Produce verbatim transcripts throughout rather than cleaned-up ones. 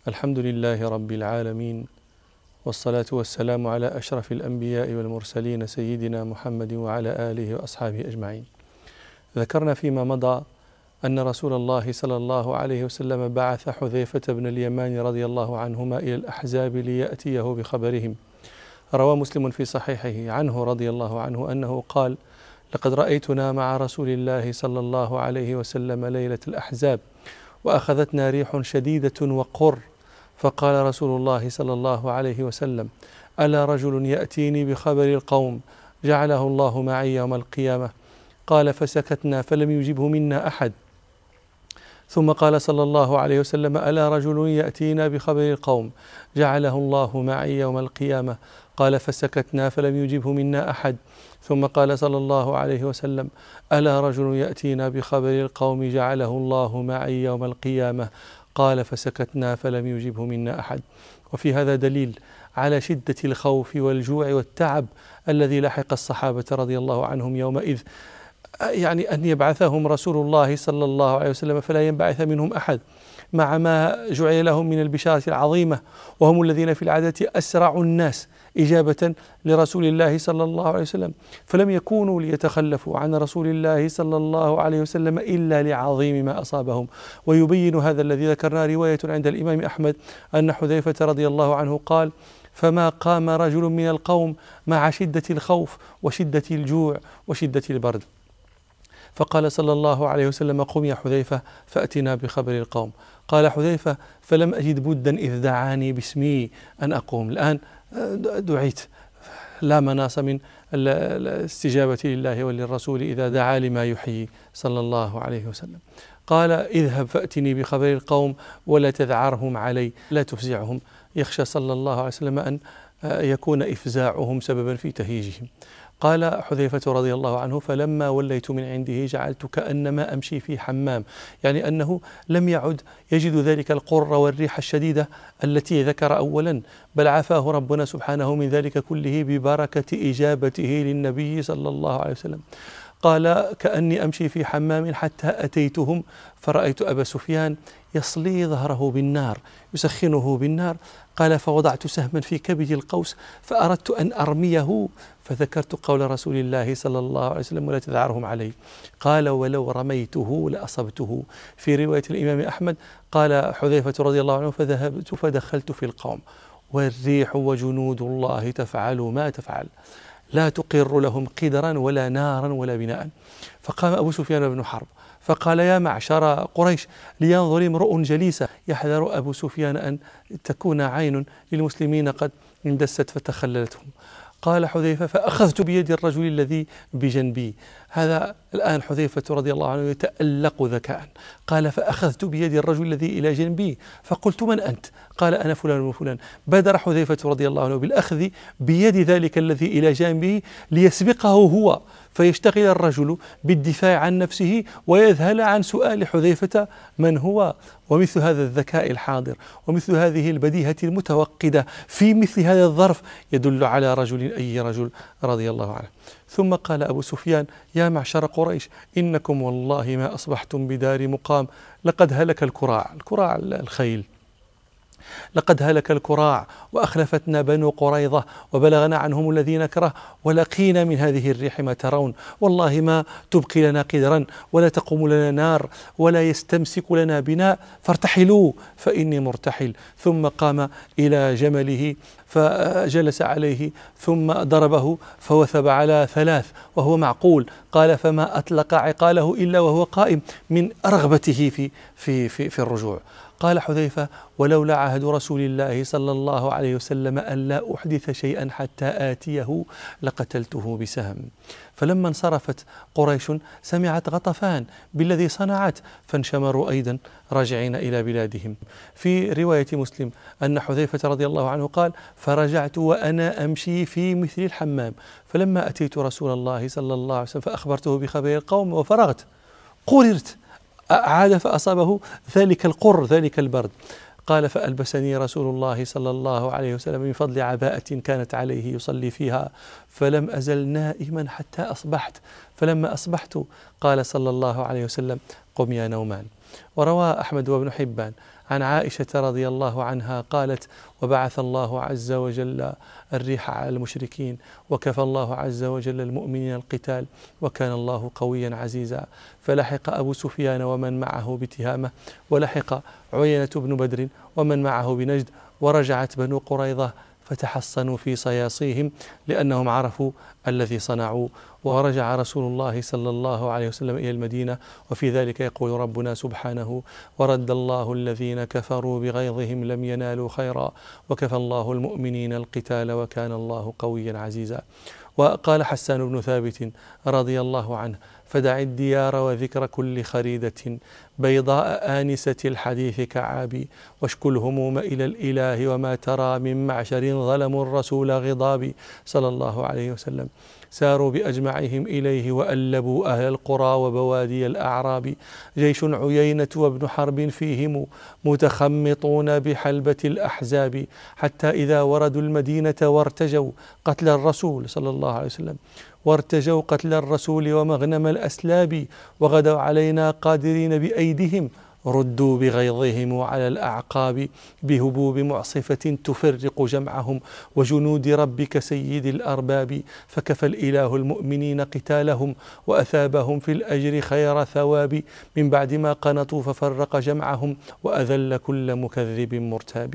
الحمد لله رب العالمين، والصلاة والسلام على أشرف الأنبياء والمرسلين سيدنا محمد وعلى آله وأصحابه أجمعين. ذكرنا فيما مضى أن رسول الله صلى الله عليه وسلم بعث حذيفة بن اليمان رضي الله عنهما إلى الأحزاب ليأتيه بخبرهم. روى مسلم في صحيحه عنه رضي الله عنه أنه قال: لقد رأيتنا مع رسول الله صلى الله عليه وسلم ليلة الأحزاب وأخذتنا ريح شديدة وقر، فقال رسول الله صلى الله عليه وسلم: ألا رجل يأتيني بخبر القوم جعله الله معي يوم القيامة؟ قال: فسكتنا فلم يجبه منا أحد. ثم قال صلى الله عليه وسلم: ألا رجل يأتينا بخبر القوم جعله الله معي يوم القيامة؟ قال: فسكتنا فلم يجبه منا أحد. ثم قال صلى الله عليه وسلم: ألا رجل يأتينا بخبر القوم جعله الله معي يوم القيامة؟ قال: فسكتنا فلم يجبه منا أحد. وفي هذا دليل على شدة الخوف والجوع والتعب الذي لحق الصحابة رضي الله عنهم يومئذ، يعني أن يبعثهم رسول الله صلى الله عليه وسلم فلا ينبعث منهم أحد، مع ما جعل لهم من البشارة العظيمة، وهم الذين في العادة أسرع الناس إجابة لرسول الله صلى الله عليه وسلم، فلم يكونوا ليتخلفوا عن رسول الله صلى الله عليه وسلم إلا لعظيم ما أصابهم. ويبين هذا الذي ذكرنا رواية عند الإمام أحمد أن حذيفة رضي الله عنه قال: فما قام رجل من القوم مع شدة الخوف وشدة الجوع وشدة البرد. فقال صلى الله عليه وسلم: قم يا حذيفة فأتنا بخبر القوم. قال حذيفة: فلم أجد بدا إذ دعاني باسمي أن أقوم. الآن دعيت، لا مناص من الاستجابة لله وللرسول إذا دعا لما يحيي صلى الله عليه وسلم. قال: اذهب فأتني بخبر القوم ولا تذعرهم علي، لا تفزعهم. يخشى صلى الله عليه وسلم أن يكون إفزاعهم سببا في تهيجهم. قال حذيفة رضي الله عنه: فلما وليت من عنده جعلت كأنما أمشي في حمام، يعني أنه لم يعد يجد ذلك القر والريح الشديدة التي ذكر أولا، بل عافاه ربنا سبحانه من ذلك كله ببركة إجابته للنبي صلى الله عليه وسلم. قال: كأني أمشي في حمام حتى أتيتهم فرأيت أبا سفيان يصلي ظهره بالنار يسخنه بالنار. قال: فوضعت سهما في كبد القوس فأردت أن أرميه فذكرت قول رسول الله صلى الله عليه وسلم: ولا تذعرهم علي. قال: ولو رميته لأصبته. في رواية الإمام أحمد قال حذيفة رضي الله عنه: فذهبت فدخلت في القوم والريح وجنود الله تفعل ما تفعل، لا تقر لهم قدرا ولا نارا ولا بناء. فقام أبو سفيان بن حرب فقال: يا معشر قريش، لينظر امرؤ جليسا. يحذر أبو سفيان أن تكون عين للمسلمين قد اندست فتخللتهم. قال حذيفة: فأخذت بيد الرجل الذي بجنبي. هذا الآن حذيفة رضي الله عنه يتألق ذكاء. قال: فأخذت بيد الرجل الذي إلى جنبي فقلت: من أنت؟ قال: أنا فلان وفلان. بادر حذيفة رضي الله عنه بالأخذ بيد ذلك الذي إلى جنبه ليسبقه هو، فيشتغل الرجل بالدفاع عن نفسه ويذهل عن سؤال حذيفة من هو. ومثل هذا الذكاء الحاضر ومثل هذه البديهة المتوقدة في مثل هذا الظرف يدل على رجل، أي رجل، رضي الله عنه. ثم قال أبو سفيان: يا معشر قريش، إنكم والله ما أصبحتم بدار مقام، لقد هلك الكراع. الكراع الخيل. لقد هلك الكراع وأخلفتنا بنو قريظة وبلغنا عنهم الذي نكره، ولقينا من هذه الريح ما ترون، والله ما تبقي لنا قدرا ولا تقوم لنا نار ولا يستمسك لنا بناء، فارتحلوا فإني مرتحل. ثم قام إلى جمله فجلس عليه ثم ضربه فوثب على ثلاث وهو معقول. قال: فما أطلق عقاله إلا وهو قائم من رغبته في, في, في, في الرجوع. قال حذيفة: ولولا عهد رسول الله صلى الله عليه وسلم أن لا أحدث شيئا حتى آتيه لقتلته بسهم. فلما انصرفت قريش سمعت غطفان بالذي صنعت فانشمروا أيضا راجعين إلى بلادهم. في رواية مسلم أن حذيفة رضي الله عنه قال: فرجعت وأنا أمشي في مثل الحمام، فلما أتيت رسول الله صلى الله عليه وسلم فأخبرته بخبر القوم وفرغت قررت، عاد فأصابه ذلك القر ذلك البرد. قال: فألبسني رسول الله صلى الله عليه وسلم من فضل عباءة كانت عليه يصلي فيها، فلم أزل نائما حتى أصبحت، فلما أصبحت قال صلى الله عليه وسلم: قم يا نومان. وروى أحمد وابن حبان عن عائشة رضي الله عنها قالت: وبعث الله عز وجل الريح على المشركين، وكفى الله عز وجل المؤمنين القتال، وكان الله قويا عزيزا. فلحق أبو سفيان ومن معه بتهامة، ولحق عيينة بن بدر ومن معه بنجد، ورجعت بنو قريظة فتحصنوا في صياصيهم لأنهم عرفوا الذي صنعوا. ورجع رسول الله صلى الله عليه وسلم إلى المدينة، وفي ذلك يقول ربنا سبحانه: ورد الله الذين كفروا بغيظهم لم ينالوا خيرا، وكفى الله المؤمنين القتال، وكان الله قويا عزيزا. وقال حسان بن ثابت رضي الله عنه: فدع الديار وذكر كل خريدة، بيضاء آنسة الحديث كعابي، واشكو الهموم إلى الإله، وما ترى من معشر ظلموا الرسول غضابي، صلى الله عليه وسلم. ساروا بأجمعهم إليه، وألبوا أهل القرى وبوادي الأعراب، جيش عيينة وابن حرب فيهم متخمطون بحلبة الأحزاب، حتى إذا وردوا المدينة وارتجوا قتل الرسول صلى الله عليه وسلم وارتجوا قتل الرسول ومغنم الأسلاب، وغدوا علينا قادرين بأيديهم، ردوا بغيظهم على الأعقاب، بهبوب معصفة تفرق جمعهم، وجنود ربك سيد الأرباب، فكفى الإله المؤمنين قتالهم، وأثابهم في الأجر خير ثواب، من بعد ما قنطوا ففرق جمعهم، وأذل كل مكذب مرتاب.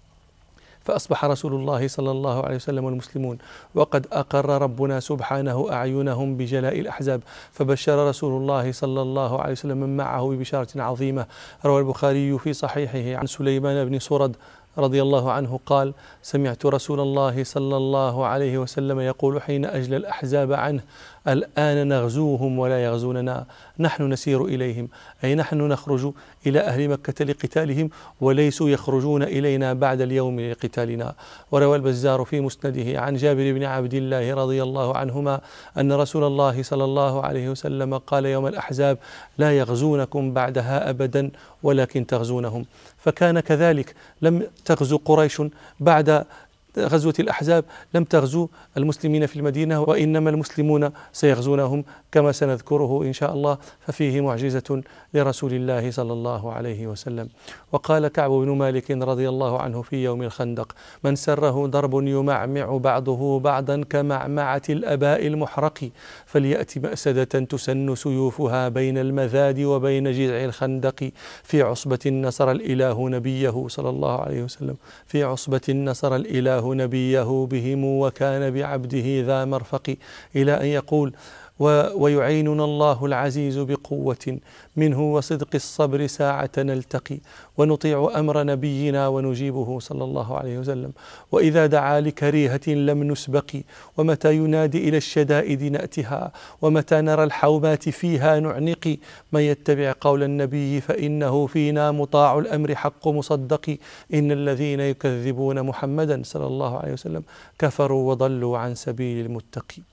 فأصبح رسول الله صلى الله عليه وسلم والمسلمون وقد أقر ربنا سبحانه أعينهم بجلاء الأحزاب، فبشر رسول الله صلى الله عليه وسلم من معه ببشارة عظيمة. روى البخاري في صحيحه عن سليمان بن سرد رضي الله عنه قال: سمعت رسول الله صلى الله عليه وسلم يقول حين أجلى الأحزاب عنه: الآن نغزوهم ولا يغزوننا، نحن نسير إليهم، أي نحن نخرج إلى أهل مكة لقتالهم، وليسوا يخرجون إلينا بعد اليوم لقتالنا. وروى البزار في مسنده عن جابر بن عبد الله رضي الله عنهما أن رسول الله صلى الله عليه وسلم قال يوم الأحزاب: لا يغزونكم بعدها أبدا، ولكن تغزونهم. فكان كذلك، لم تغزو قريش بعد غزوة الأحزاب، لم تغزو المسلمين في المدينة، وإنما المسلمون سيغزونهم كما سنذكره إن شاء الله. ففيه معجزة لرسول الله صلى الله عليه وسلم. وقال كعب بن مالك رضي الله عنه في يوم الخندق: من سره ضرب يمعمع بعضه بعضا كمعمعة الأباء المحرق، فليأتي مأسدة تسن سيوفها بين المذاد وبين جذع الخندق، في عصبة نصر الإله نبيه صلى الله عليه وسلم، في عصبة نصر الإله نبيه بهم، وكان بعبده ذا مرفق، إلى أن يقول: ويعيننا الله العزيز بقوة منه وصدق الصبر ساعة نلتقي، ونطيع أمر نبينا ونجيبه صلى الله عليه وسلم، وإذا دعا لكريهة لم نسبق، ومتى ينادي إلى الشدائد نأتها، ومتى نرى الحومات فيها نعنق، من يتبع قول النبي فإنه فينا مطاع الأمر حق مصدق، إن الذين يكذبون محمدا صلى الله عليه وسلم كفروا وضلوا عن سبيل المتقي.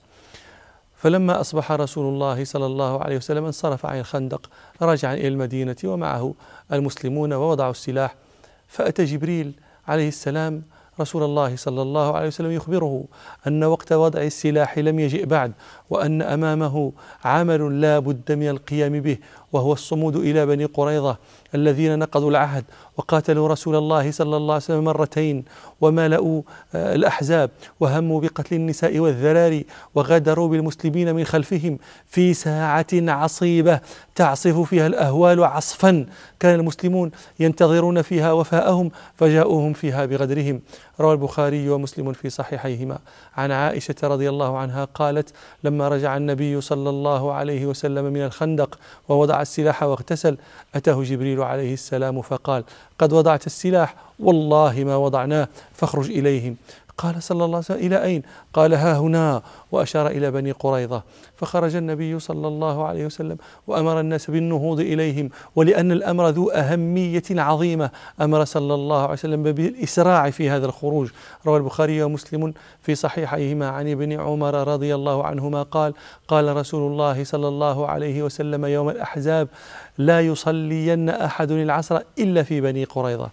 فلما أصبح رسول الله صلى الله عليه وسلم انصرف عن الخندق راجعا إلى المدينة ومعه المسلمون ووضعوا السلاح، فأتى جبريل عليه السلام رسول الله صلى الله عليه وسلم يخبره أن وقت وضع السلاح لم يجئ بعد، وأن أمامه عمل لا بد من القيام به، وهو الصمود إلى بني قريظة الذين نقضوا العهد وقاتلوا رسول الله صلى الله عليه وسلم مرتين، وملأوا الأحزاب وهموا بقتل النساء والذراري، وغادروا بالمسلمين من خلفهم في ساعة عصيبة تعصف فيها الأهوال عصفا، كان المسلمون ينتظرون فيها وفاءهم، فجاءوهم فيها بغدرهم. روى البخاري ومسلم في صحيحيهما عن عائشة رضي الله عنها قالت: لما رجع النبي صلى الله عليه وسلم من الخندق ووضع السلاح واغتسل، أتاه جبريل عليه السلام فقال: قد وضعت السلاح؟ والله ما وضعناه، فاخرج إليهم. قال صلى الله عليه وسلم: إلى أين؟ قال: ها هنا، وأشار إلى بني قريظة. فخرج النبي صلى الله عليه وسلم وأمر الناس بالنهوض إليهم، ولأن الأمر ذو أهمية عظيمة أمر صلى الله عليه وسلم بالإسراع في هذا الخروج. روى البخاري ومسلم في صحيحيهما عن ابن عمر رضي الله عنهما قال: قال رسول الله صلى الله عليه وسلم يوم الأحزاب: لا يصلين أحد العصر إلا في بني قريظة.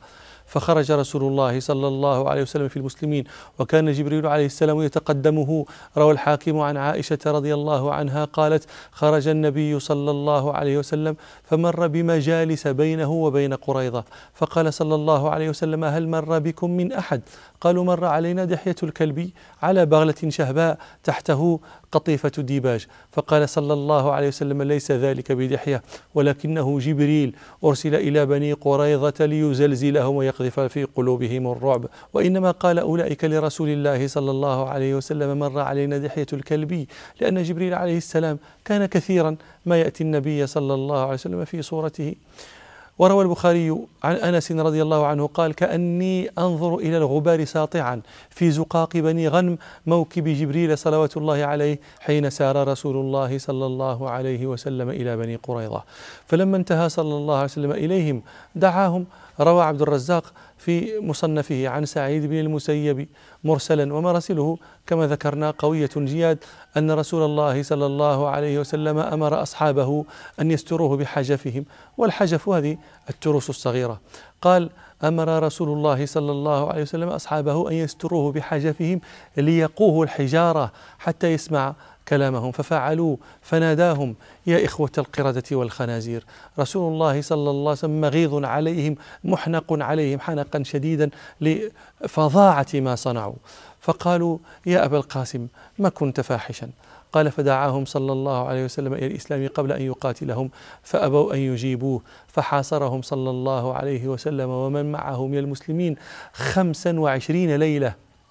فخرج رسول الله صلى الله عليه وسلم في المسلمين وكان جبريل عليه السلام يتقدمه. روى الحاكم عن عائشة رضي الله عنها قالت: خرج النبي صلى الله عليه وسلم فمر بمجالس بينه وبين قريظة، فقال صلى الله عليه وسلم: هل مر بكم من أحد؟ قالوا: مر علينا دحية الكلب على بغلة شهباء تحته قطيفة ديباج. فقال صلى الله عليه وسلم: ليس ذلك بدحية، ولكنه جبريل أرسل إلى بني قريظة ليزلزلهم ويقذف في قلوبهم الرعب، وإنما قال أولئك لرسول الله صلى الله عليه وسلم: مر علينا دحية الكلب، لأن جبريل عليه السلام كان كثيرا ما يأتي النبي صلى الله عليه وسلم في صورته. وروى البخاري عن أنس رضي الله عنه قال: كأني أنظر إلى الغبار ساطعا في زقاق بني غنم موكب جبريل صلوات الله عليه حين سار رسول الله صلى الله عليه وسلم إلى بني قريظة. فلما انتهى صلى الله عليه وسلم إليهم دعاهم. روى عبد الرزاق في مصنفه عن سعيد بن المسيب مرسلا، ومراسله كما ذكرنا قوية جياد، أن رسول الله صلى الله عليه وسلم أمر أصحابه أن يستروه بحجفهم، والحجف هذه التروس الصغيرة. قال: أمر رسول الله صلى الله عليه وسلم أصحابه أن يستروه بحجفهم ليقوه الحجارة حتى يسمع كلامهم، ففعلوا فناداهم: يا إخوة القردة والخنازير. رسول الله صلى الله عليه وسلم مغيظ عليهم محنق عليهم حنقا شديدا لفظاعة ما صنعوا، فقالوا: يا أبا القاسم ما كنت فاحشا؟ قال: فدعاهم صلى الله عليه وسلم إلى الإسلام قبل أن يقاتلهم فأبوا أن يجيبوه، فحاصرهم صلى الله عليه وسلم ومن معه من المسلمين خمسا وعشرين ليلة.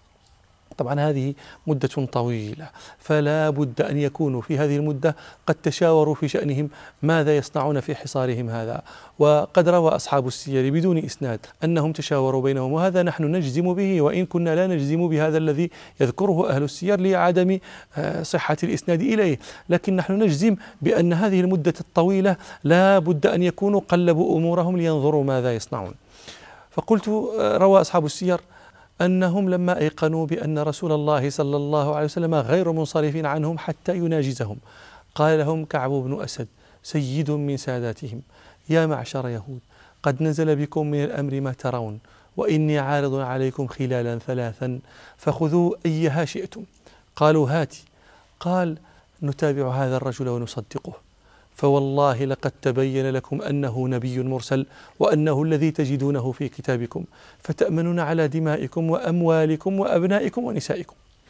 طبعا هذه مدة طويلة، فلا بد أن يكونوا في هذه المدة قد تشاوروا في شأنهم ماذا يصنعون في حصارهم هذا. وقد روى أصحاب السير بدون إسناد أنهم تشاوروا بينهم، وهذا نحن نجزم به، وإن كنا لا نجزم بهذا الذي يذكره أهل السير لعدم صحة الإسناد إليه، لكن نحن نجزم بأن هذه المدة الطويلة لا بد أن يكونوا قلبوا أمورهم لينظروا ماذا يصنعون. فقلت: روى أصحاب السير أنهم لما أيقنوا بأن رسول الله صلى الله عليه وسلم غير منصرف عنهم حتى يناجزهم، قال لهم كعب بن أسد سيد من ساداتهم: يا معشر يهود، قد نزل بكم من الأمر ما ترون، وإني عارض عليكم خلالا ثلاثا فخذوا أيها شئتم. قالوا: هاتي. قال: نتابع هذا الرجل ونصدقه، فوالله لقد تبين لكم أنه نبي مرسل، وأنه الذي تجدونه في كتابكم، فتأمنون على دمائكم وأموالكم وأبنائكم ونسائكم.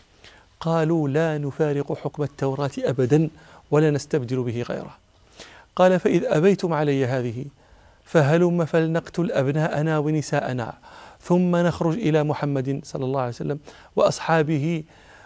قالوا: لا نفارق حكم التوراة أبدا ولا نستبدل به غيره. قال: فإذ أبيتم علي هذه فهلم فلنقتل أبناءنا ونساءنا، ثم نخرج إلى محمد صلى الله عليه وسلم وأصحابه،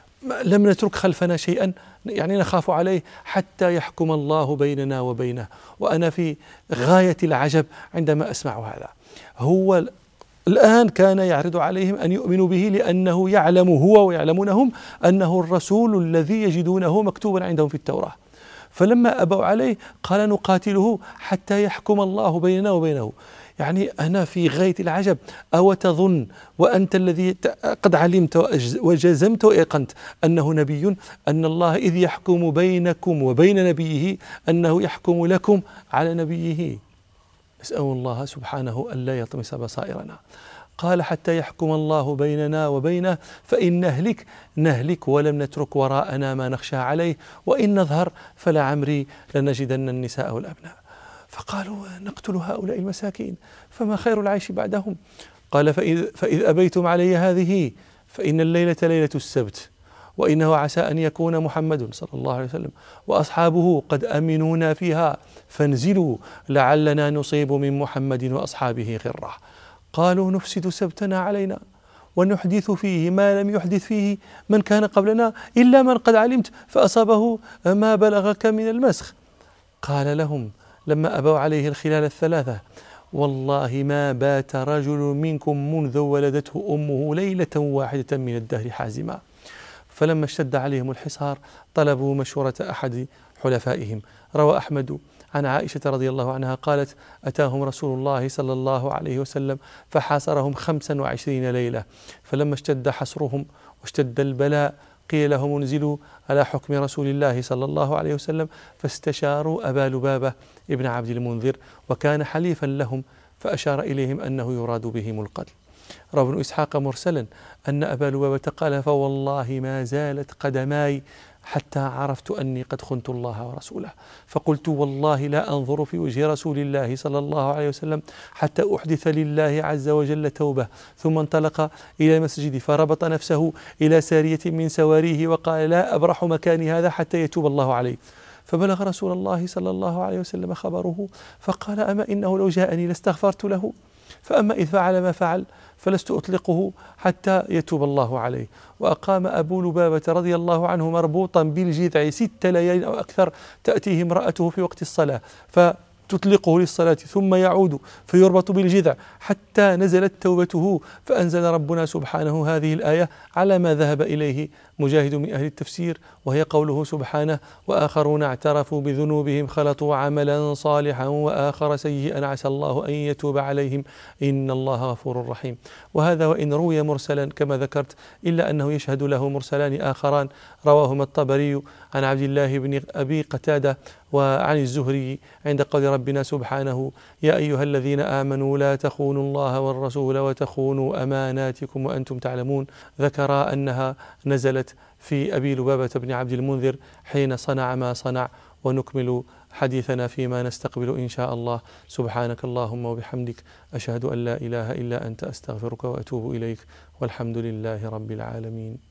لم نترك خلفنا شيئا يعني نخاف عليه حتى يحكم الله بيننا وبينه. وأنا في غاية العجب عندما أسمع هذا. هو الآن كان يعرض عليهم أن يؤمنوا به لأنه يعلم هو ويعلمونهم أنه الرسول الذي يجدونه مكتوبا عندهم في التوراة، فلما أبوا عليه قال: نقاتله حتى يحكم الله بيننا وبينه. يعني أنا في غاية العجب. أو تظن وأنت الذي قد علمت وجزمت وأيقنت أنه نبي، أن الله إذ يحكم بينكم وبين نبيه أنه يحكم لكم على نبيه؟ نسأل الله سبحانه ألا يطمس بصائرنا. قال: حتى يحكم الله بيننا وبينه، فإن نهلك نهلك ولم نترك وراءنا ما نخشى عليه، وإن نظهر فلعمري لنجدن النساء والأبناء. فقالوا: نقتل هؤلاء المساكين فما خير العيش بعدهم؟ قال: فإذ, فإذ أبيتم علي هذه فإن الليلة ليلة السبت، وإنه عسى أن يكون محمد صلى الله عليه وسلم وأصحابه قد أمنونا فيها، فانزلوا لعلنا نصيب من محمد وأصحابه غرة. قالوا: نفسد سبتنا علينا ونحدث فيه ما لم يحدث فيه من كان قبلنا، إلا من قد علمت فأصابه ما بلغك من المسخ. قال لهم لما أبوا عليه الخلال الثلاثة: والله ما بات رجل منكم منذ ولدته أمه ليلة واحدة من الدهر حازما. فلما اشتد عليهم الحصار طلبوا مشورة أحد حلفائهم. روى أحمد عن عائشة رضي الله عنها قالت: أتاهم رسول الله صلى الله عليه وسلم فحاصرهم خمسا وعشرين ليلة، فلما اشتد حصرهم واشتد البلاء قيل لهم: انزلوا على حكم رسول الله صلى الله عليه وسلم، فاستشاروا أبا لبابة ابن عبد المنذر، وكان حليفا لهم فأشار إليهم أنه يراد بهم القتل. روى ابن إسحاق مرسلا أن أبا لبابة قال: فوالله ما زالت قدماي حتى عرفت أني قد خنت الله ورسوله، فقلت والله لا أنظر في وجه رسول الله صلى الله عليه وسلم حتى أحدث لله عز وجل توبة. ثم انطلق إلى المسجد فربط نفسه إلى سارية من سواريه وقال: لا أبرح مكاني هذا حتى يتوب الله عليه. فبلغ رسول الله صلى الله عليه وسلم خبره فقال: أما إنه لو جاءني لاستغفرت له، فأما إذ فعل ما فعل فلست أطلقه حتى يتوب الله عليه. وأقام أبو لبابة رضي الله عنه مربوطا بالجذع ست ليال أو أكثر، تأتيه امرأته في وقت الصلاة فتطلقه للصلاة ثم يعود فيربط بالجذع حتى نزلت توبته، فأنزل ربنا سبحانه هذه الآية على ما ذهب إليه مجاهد من أهل التفسير، وهي قوله سبحانه: وآخرون اعترفوا بذنوبهم خلطوا عملا صالحا وآخر سيئا عسى الله أن يتوب عليهم إن الله غفور رحيم. وهذا وإن روي مرسلا كما ذكرت، إلا أنه يشهد له مرسلان آخران رواهما الطبري عن عبد الله بن أبي قتادة وعن الزهري عند قول ربنا سبحانه: يا أيها الذين آمنوا لا تخونوا الله والرسول وتخونوا أماناتكم وأنتم تعلمون. ذكر أنها نزلت في أبي لبابة بن عبد المنذر حين صنع ما صنع. ونكمل حديثنا فيما نستقبل إن شاء الله. سبحانك اللهم وبحمدك، أشهد أن لا إله إلا أنت، أستغفرك وأتوب إليك، والحمد لله رب العالمين.